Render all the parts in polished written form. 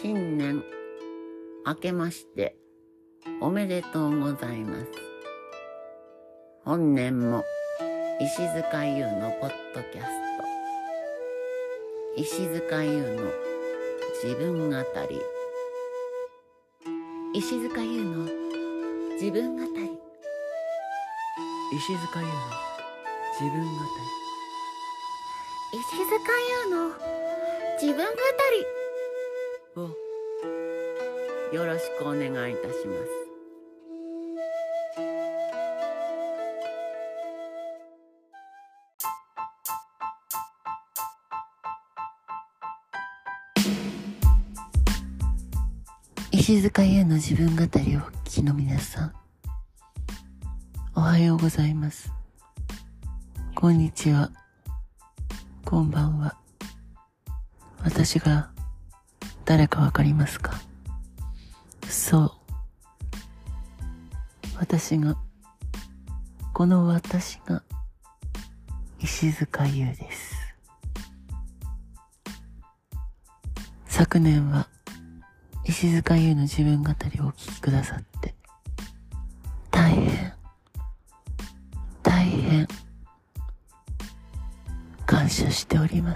新年明けましておめでとうございます。本年も石塚優のポッドキャスト、石塚優の自分語り、石塚優の自分語り、 石塚優の自分語石塚優の自分語りをよろしくお願いいたします。石塚優の自分語りをお聞きの皆さん、おはようございます。こんにちは。こんばんは。私が誰かわかりますか？そう。この私が石塚優です。昨年は石塚優の自分語りをお聞きくださって大変感謝しております。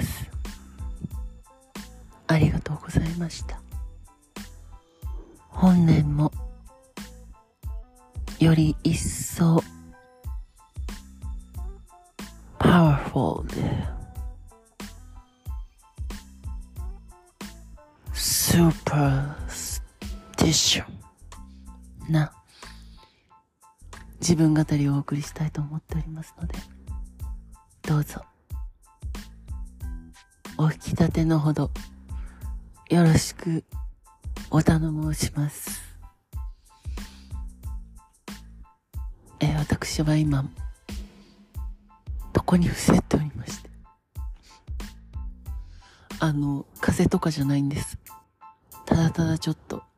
ありがとうございました。本年もより一層パワフルでスーパースティションな自分語りをお送りしたいと思っておりますので、どうぞお引き立てのほどよろしくお頼申します。私は今床に伏せっておりまして、風邪とかじゃないんです。ただただちょっと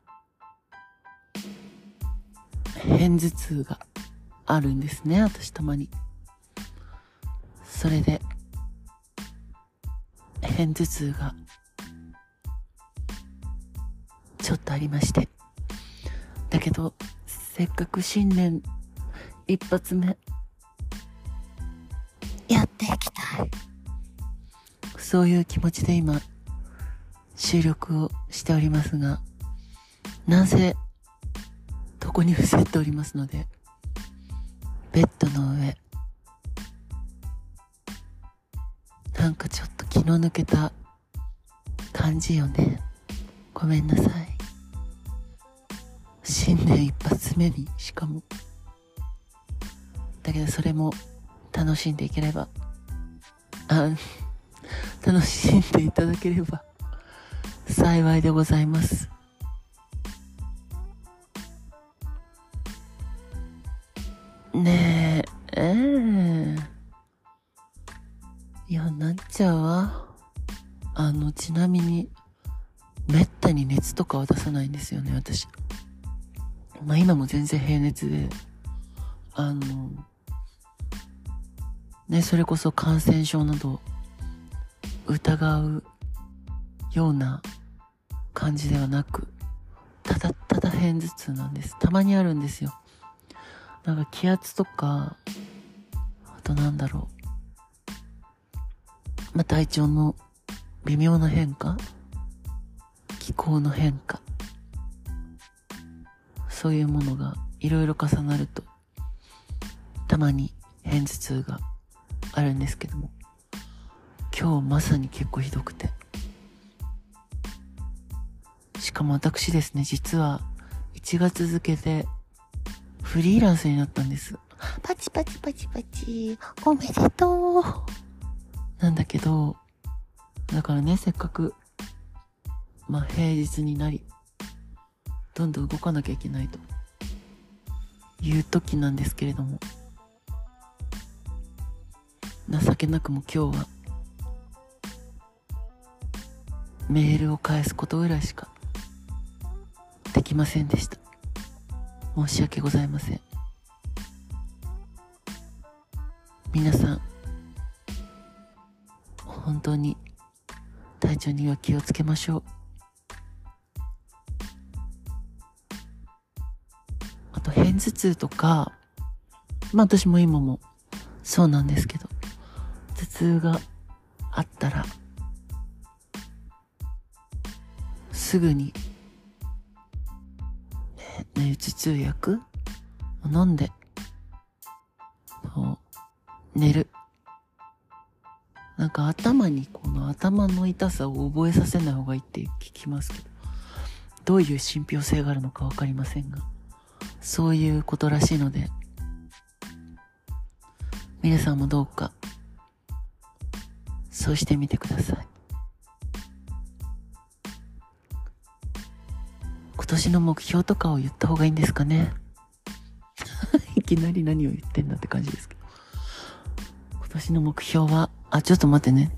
片頭痛があるんですね、私たまに。それで片頭痛がちょっとありまして、だけどせっかく新年一発目やっていきたい、そういう気持ちで今収録をしておりますが、なぜ床に伏せっておりますので、ベッドの上、なんかちょっと気の抜けた感じよね。ごめんなさい。新年一発目にしかも。だけどそれも楽しんでいければ、楽しんでいただければ幸いでございます。ねえ、いや、なっちゃうわ。ちなみにめったに熱とかは出さないんですよね、私。今も全然平熱で、それこそ感染症など疑うような感じではなく、ただただ片頭痛なんです。たまにあるんですよ。なんか気圧とか、あと体調の微妙な変化、気候の変化、そういうものがいろいろ重なるとたまに片頭痛があるんですけども、今日まさに結構ひどくて、しかも私ですね、実は1月付でフリーランスになったんです。パチパチパチパチ、おめでとう。なんだけど、だからね、せっかく平日になりどんどん動かなきゃいけないという時なんですけれども、情けなくも今日はメールを返すことぐらいしかできませんでした。申し訳ございません。皆さん本当に体調には気をつけましょう。 片頭痛とか、まあ私も今もそうなんですけど、頭痛があったらすぐに頭痛薬を飲んで寝る。なんか頭にこの頭の痛さを覚えさせない方がいいって聞きますけど、どういう信憑性があるのかわかりませんが、そういうことらしいので、皆さんもどうかそうしてみてください。今年の目標とかを言った方がいいんですかね。いきなり何を言ってんだって感じですけど、今年の目標は、ちょっと待ってね。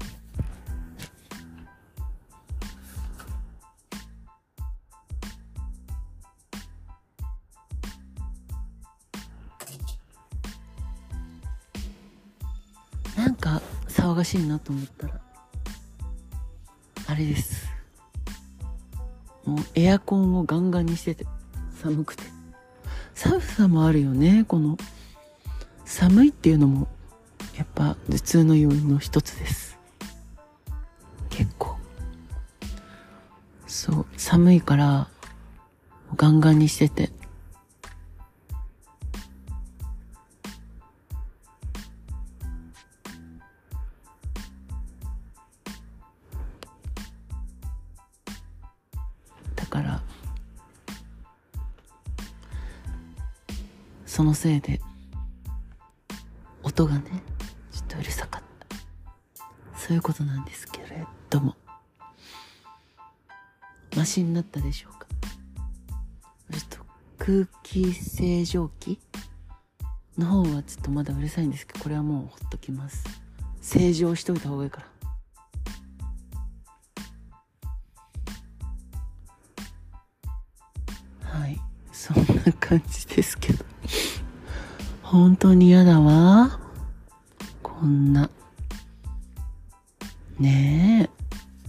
なんか騒がしいなと思ったら、あれです。もうエアコンをガンガンにしてて、寒くて。寒さもあるよね。この寒いっていうのもやっぱ頭痛の要因の一つです。結構そう寒いからガンガンにしてて、だからそのせいで音がねちょっとうるさかった。そういうことなんですけれども、マシになったでしょうか。ちょっと空気清浄機の方はちょっとまだうるさいんですけど、これはもうほっときます。清浄しといた方がいいから。はい、そんな感じですけど、本当に嫌だわ。こんなねえ。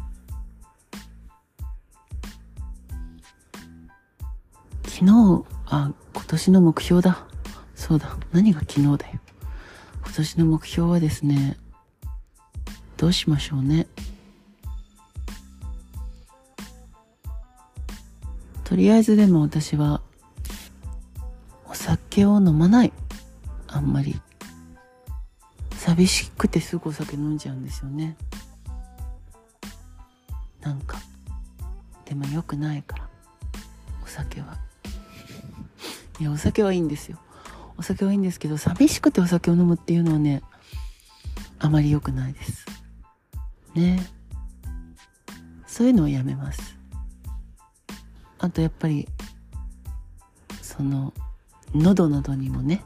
昨日、今年の目標だ。そうだ。何が昨日だよ。今年の目標はですね、どうしましょうね。とりあえずでも私は、お酒を飲まない。あんまり。寂しくてすぐお酒飲んじゃうんですよね。なんか。でも良くないから。お酒は。いや、お酒はいいんですよ。お酒はいいんですけど、寂しくてお酒を飲むっていうのはね、あまり良くないです。ね。そういうのをやめます。あとやっぱり、喉などにもね、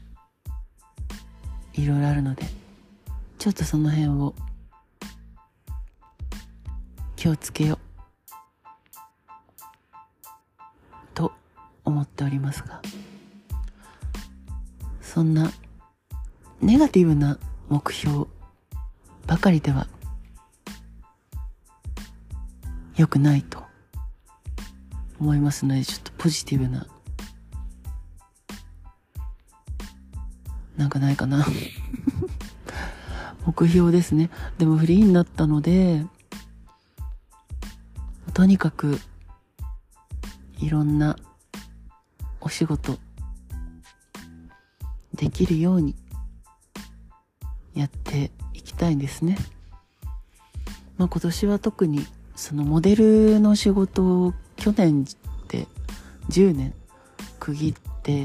いろいろあるので、ちょっとその辺を気をつけようと思っておりますが、そんなネガティブな目標ばかりでは良くないと思いますので、ちょっとポジティブななんかないかな目標ですね。でもフリーになったので、とにかくいろんなお仕事できるようにやっていきたいんですね。今年は特にそのモデルの仕事を去年で10年区切って、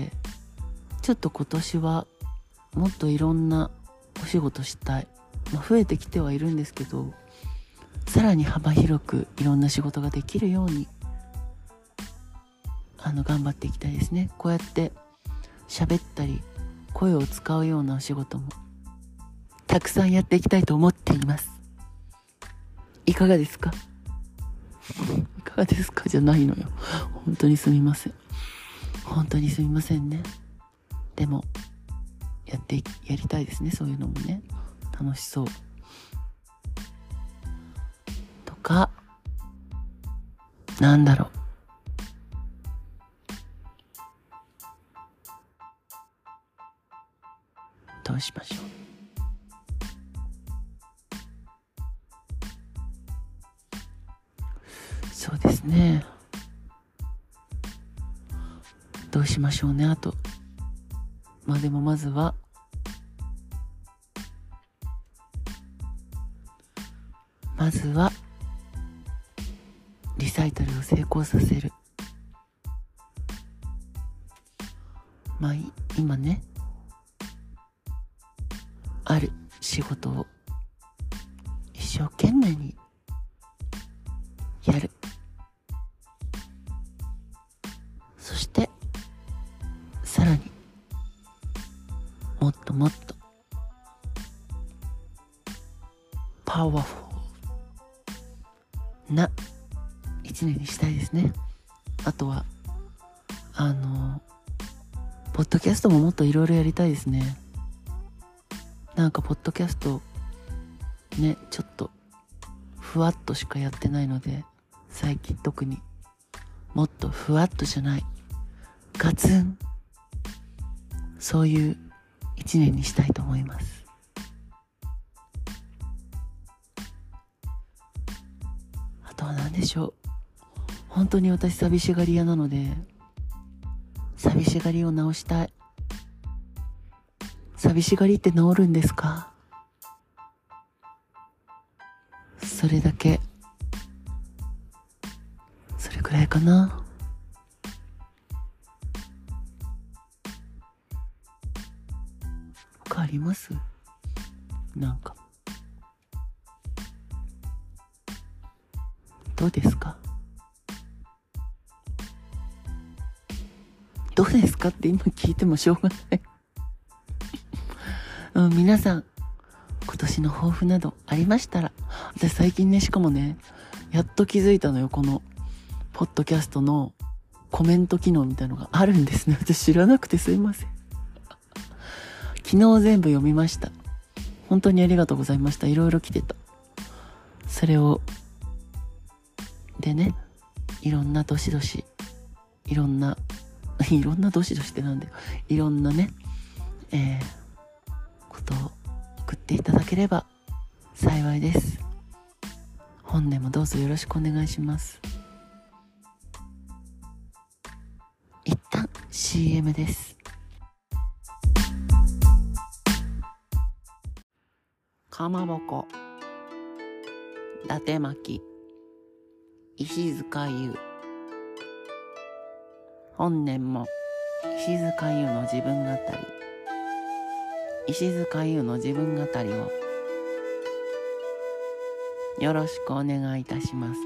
ちょっと今年はもっといろんなお仕事したい。増えてきてはいるんですけど、さらに幅広くいろんな仕事ができるように頑張っていきたいですね。こうやって喋ったり声を使うようなお仕事もたくさんやっていきたいと思っています。いかがですか？いかがですかじゃないのよ。本当にすみません。本当にすみませんね。でもやりたいですね。そういうのもね、楽しそうとか、なんだろう、 うしましょう。そうですね。どうしましょうね。あとでもまずはリサイタルを成功させる。今ね、ある仕事を一生懸命にやる。そしてさらにもっともっとパワフルな一年にしたいですね。あとはポッドキャストももっといろいろやりたいですね。なんかポッドキャストね、ちょっとふわっとしかやってないので、最近特にもっとふわっとじゃない、ガツン、そういう一年にしたいと思います。あとは何でしょう。本当に私寂しがり屋なので、寂しがりを直したい。寂しがりって治るんですか？それだけ、それくらいかな。他あります？なんかどうですか？どうですかって今聞いてもしょうがない皆さん今年の抱負などありましたら、私最近ね、しかもね、やっと気づいたのよ。このポッドキャストのコメント機能みたいのがあるんですね。私知らなくてすいません。昨日全部読みました。本当にありがとうございました。いろいろ来てた。それをでね、いろんなどしどし、いろんなどしどしってなんだよ、いろんなね、ことを送っていただければ幸いです。本年もどうぞよろしくお願いします。一旦 CM です。かまぼこ、伊達巻、石塚優。本年も石塚優の自分語り、石塚優の自分語りをよろしくお願いいたします。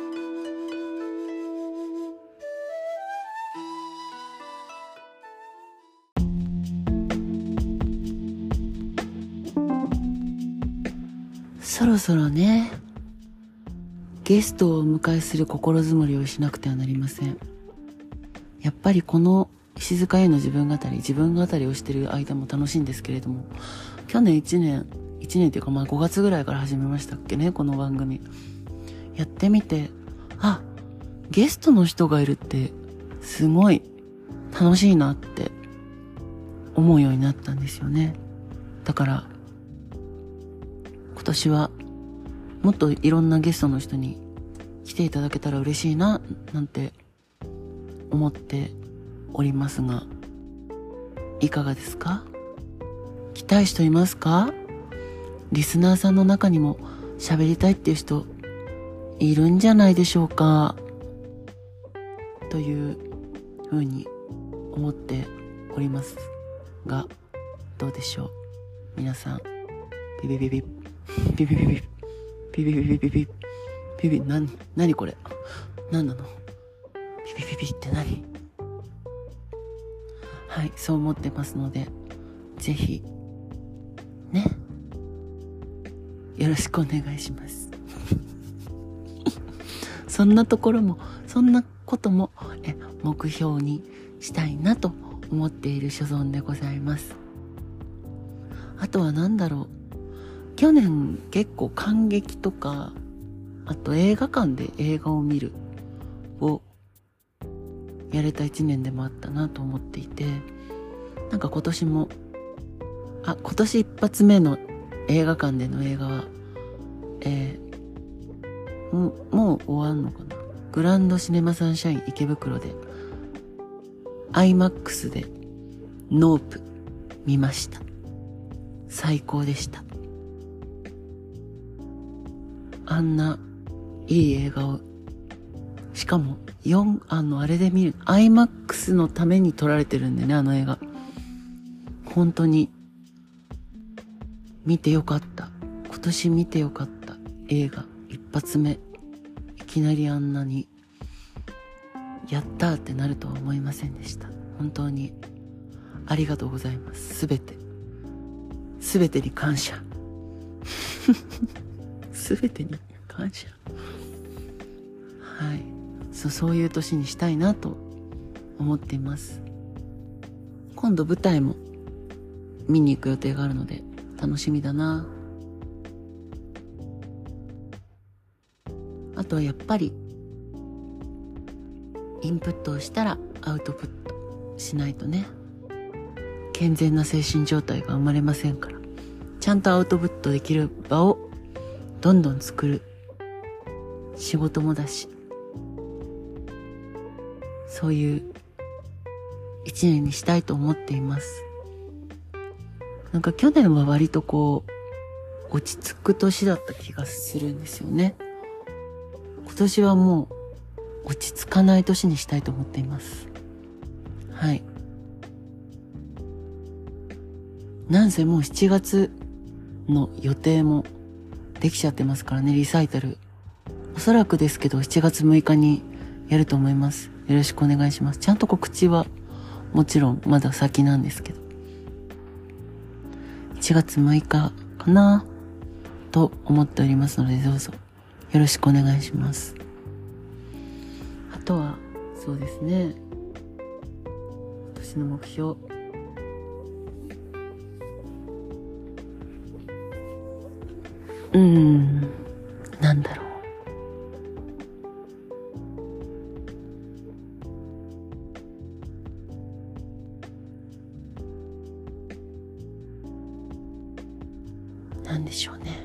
そろそろね、ゲストをお迎えする心づもりをしなくてはなりません。やっぱりこの石塚優の自分語りをしてる間も楽しいんですけれども、去年1年っていうか5月ぐらいから始めましたっけね、この番組やってみて、ゲストの人がいるってすごい楽しいなって思うようになったんですよね。だから今年はもっといろんなゲストの人に来ていただけたら嬉しいななんて思っておりますが、いかがですか？来たい人いますか？リスナーさんの中にも喋りたいっていう人いるんじゃないでしょうか、というふうに思っておりますが、どうでしょう皆さん。ビビビビビビビビビビビビビビビビビ、何これ、何なの？ビビビビって何？はい、そう思ってますので、ぜひね、よろしくお願いしますそんなことも目標にしたいなと思っている所存でございます。あとは何だろう、去年結構感激とか、あと映画館で映画を見るをやれた1年でもあったなと思っていて、なんか今年も今年一発目の映画館での映画は、もう終わんのかな。グランドシネマサンシャイン池袋で IMAX でノープ見ました。最高でした。あんないい映画を、しかもあれで見る IMAX のために撮られてるんでね、あの映画。本当に見てよかった。今年見てよかった映画一発目。いきなりあんなにやったーってなるとは思いませんでした。本当にありがとうございます。すべてに感謝。すべてに感謝。はい。そういう年にしたいなと思っています。今度舞台も見に行く予定があるので楽しみだな。あとはやっぱりインプットをしたらアウトプットしないとね、健全な精神状態が生まれませんから、ちゃんとアウトプットできる場をどんどん作る仕事もだし、そういう一年にしたいと思っています。なんか去年は割と落ち着く年だった気がするんですよね。今年はもう落ち着かない年にしたいと思っています。はい。なんせもう7月の予定もできちゃってますからね、リサイタル。おそらくですけど7月6日にやると思います。よろしくお願いします。ちゃんと告知はもちろんまだ先なんですけど。1月6日かなと思っておりますので、どうぞよろしくお願いします。あとはそうですね、今年の目標、なんだろう、なんでしょうね。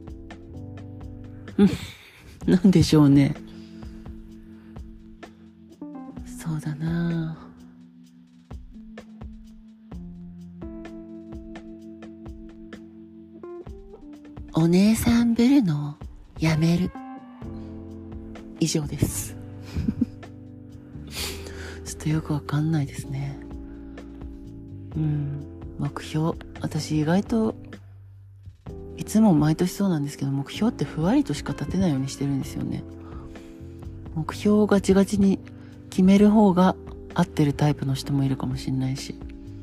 なんでしょうね。そうだな。お姉さんぶるのをやめる。以上です。ちょっとよくわかんないですね。目標。私意外といつも毎年そうなんですけど、目標ってふわりとしか立てないようにしてるんですよね。目標をガチガチに決める方が合ってるタイプの人もいるかもしれないし、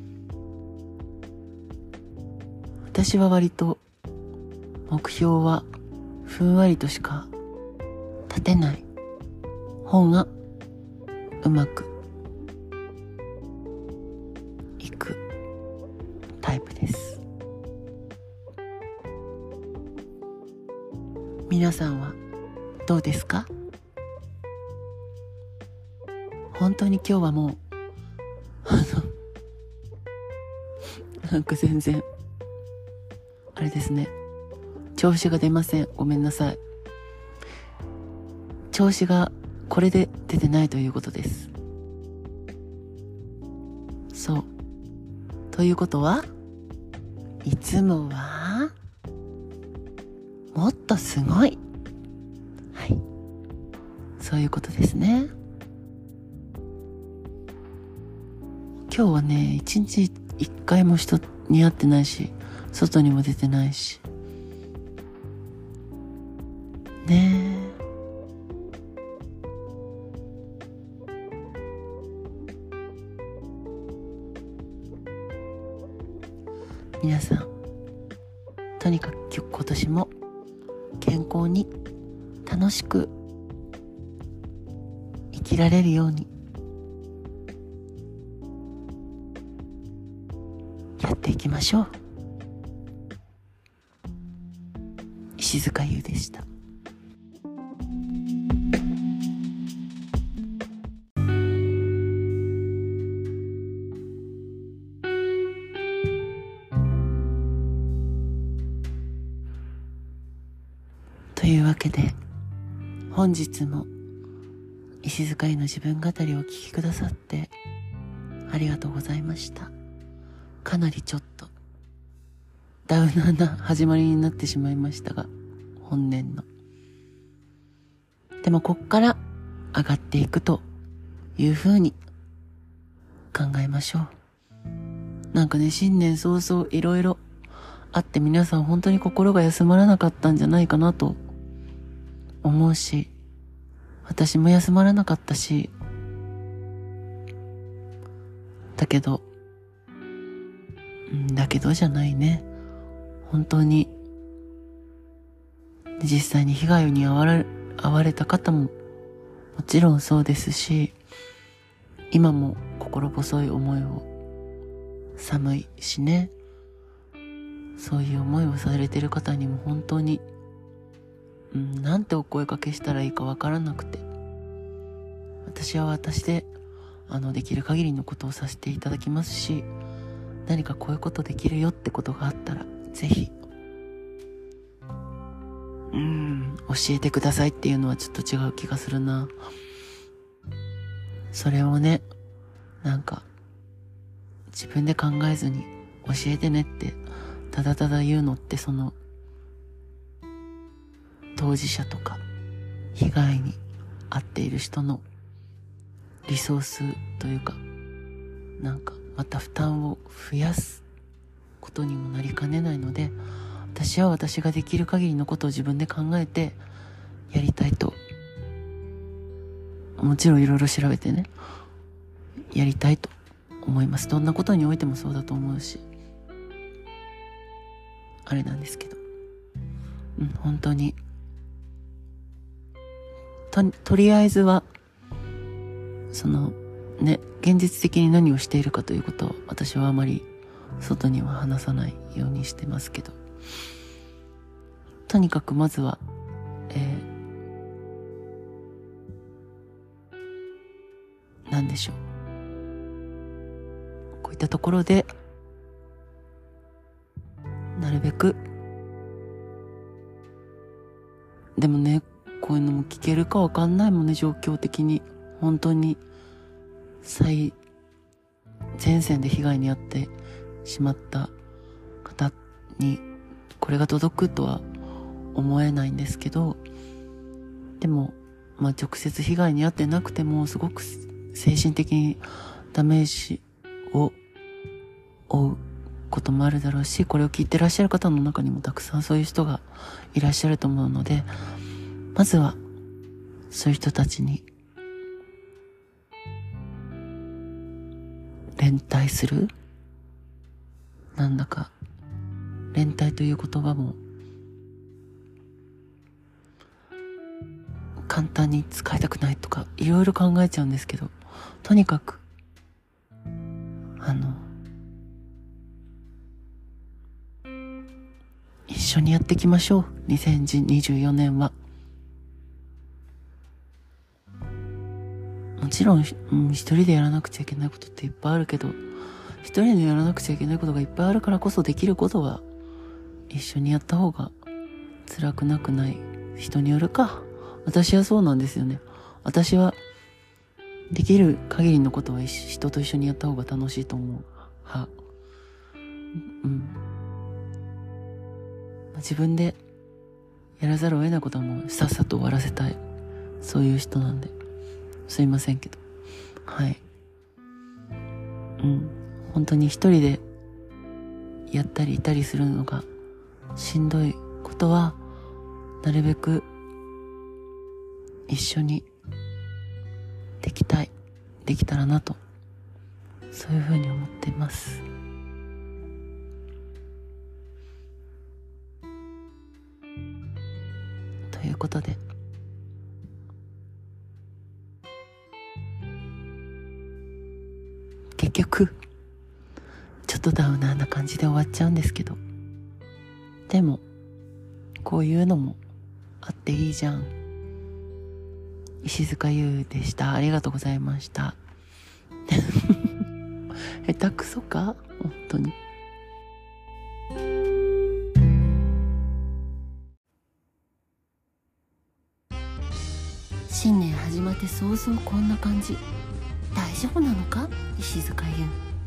私は割と目標はふんわりとしか立てない方がうまくいくタイプです。皆さんはどうですか？本当に今日はもうなんか全然あれですね、調子が出ません。ごめんなさい。調子がこれで出てないということです。そう。ということはいつもはもっとすごい。はい。そういうことですね。今日はね、一日一回も人に会ってないし、外にも出てないし。ねえ。皆さん、とにかく今年も健康に楽しく生きられるようにやっていきましょう。石塚優でした。 いうわけで、本日も石塚ゆの自分語りをお聞きくださってありがとうございました。かなりちょっとダウナーな始まりになってしまいましたが、本年の。でもこっから上がっていくという風に考えましょう。なんかね、新年早々いろいろあって皆さん本当に心が休まらなかったんじゃないかなと思うし、私も休まらなかったし、だけどじゃないね。本当に実際に被害に遭われた方ももちろんそうですし、今も心細い思いを、寒いしね、そういう思いをされてる方にも本当になんてお声かけしたらいいかわからなくて、私は私でできる限りのことをさせていただきますし、何かこういうことできるよってことがあったらぜひ教えてくださいっていうのはちょっと違う気がするな。それをね、なんか自分で考えずに教えてねってただただ言うのって、その当事者とか被害に遭っている人のリソースというか、なんかまた負担を増やすことにもなりかねないので、私は私ができる限りのことを自分で考えてやりたいと、もちろんいろいろ調べてね、やりたいと思います。どんなことにおいてもそうだと思うし、あれなんですけど、本当にとりあえずはそのね、現実的に何をしているかということを私はあまり外には話さないようにしてますけど、とにかくまずはなんでしょう、こういったところでなるべく、でもね、こういうのも聞けるかわかんないもんね、状況的に。本当に最前線で被害に遭ってしまった方にこれが届くとは思えないんですけど、でも直接被害に遭ってなくてもすごく精神的にダメージを負うこともあるだろうし、これを聞いてらっしゃる方の中にもたくさんそういう人がいらっしゃると思うので、まずはそういう人たちに連帯する、なんだか連帯という言葉も簡単に使いたくないとかいろいろ考えちゃうんですけど、とにかく一緒にやっていきましょう。2024年はもちろん、一人でやらなくちゃいけないことっていっぱいあるけど、一人でやらなくちゃいけないことがいっぱいあるからこそ、できることは一緒にやった方が辛くなくない。人によるか。私はそうなんですよね。私はできる限りのことは人と一緒にやった方が楽しいと思う派。自分でやらざるを得ないことはもうさっさと終わらせたい、そういう人なんで、すいませんけど、本当に一人でやったりいたりするのがしんどいことは、なるべく一緒にできたらなと、そういうふうに思っています。ということで、結局ちょっとダウナーな感じで終わっちゃうんですけど、でもこういうのもあっていいじゃん。石塚優でした。ありがとうございました。下手くそか本当に。 新年始まって早々こんな感じ。大丈夫なのか石塚優。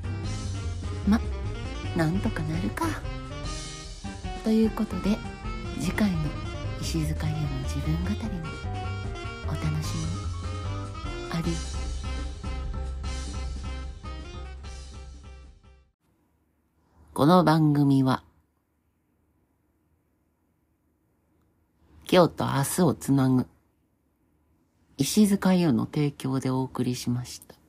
なんとかなるか。ということで次回の石塚優の自分語りもお楽しみに。アデュー。この番組は今日と明日をつなぐ石塚優の提供でお送りしました。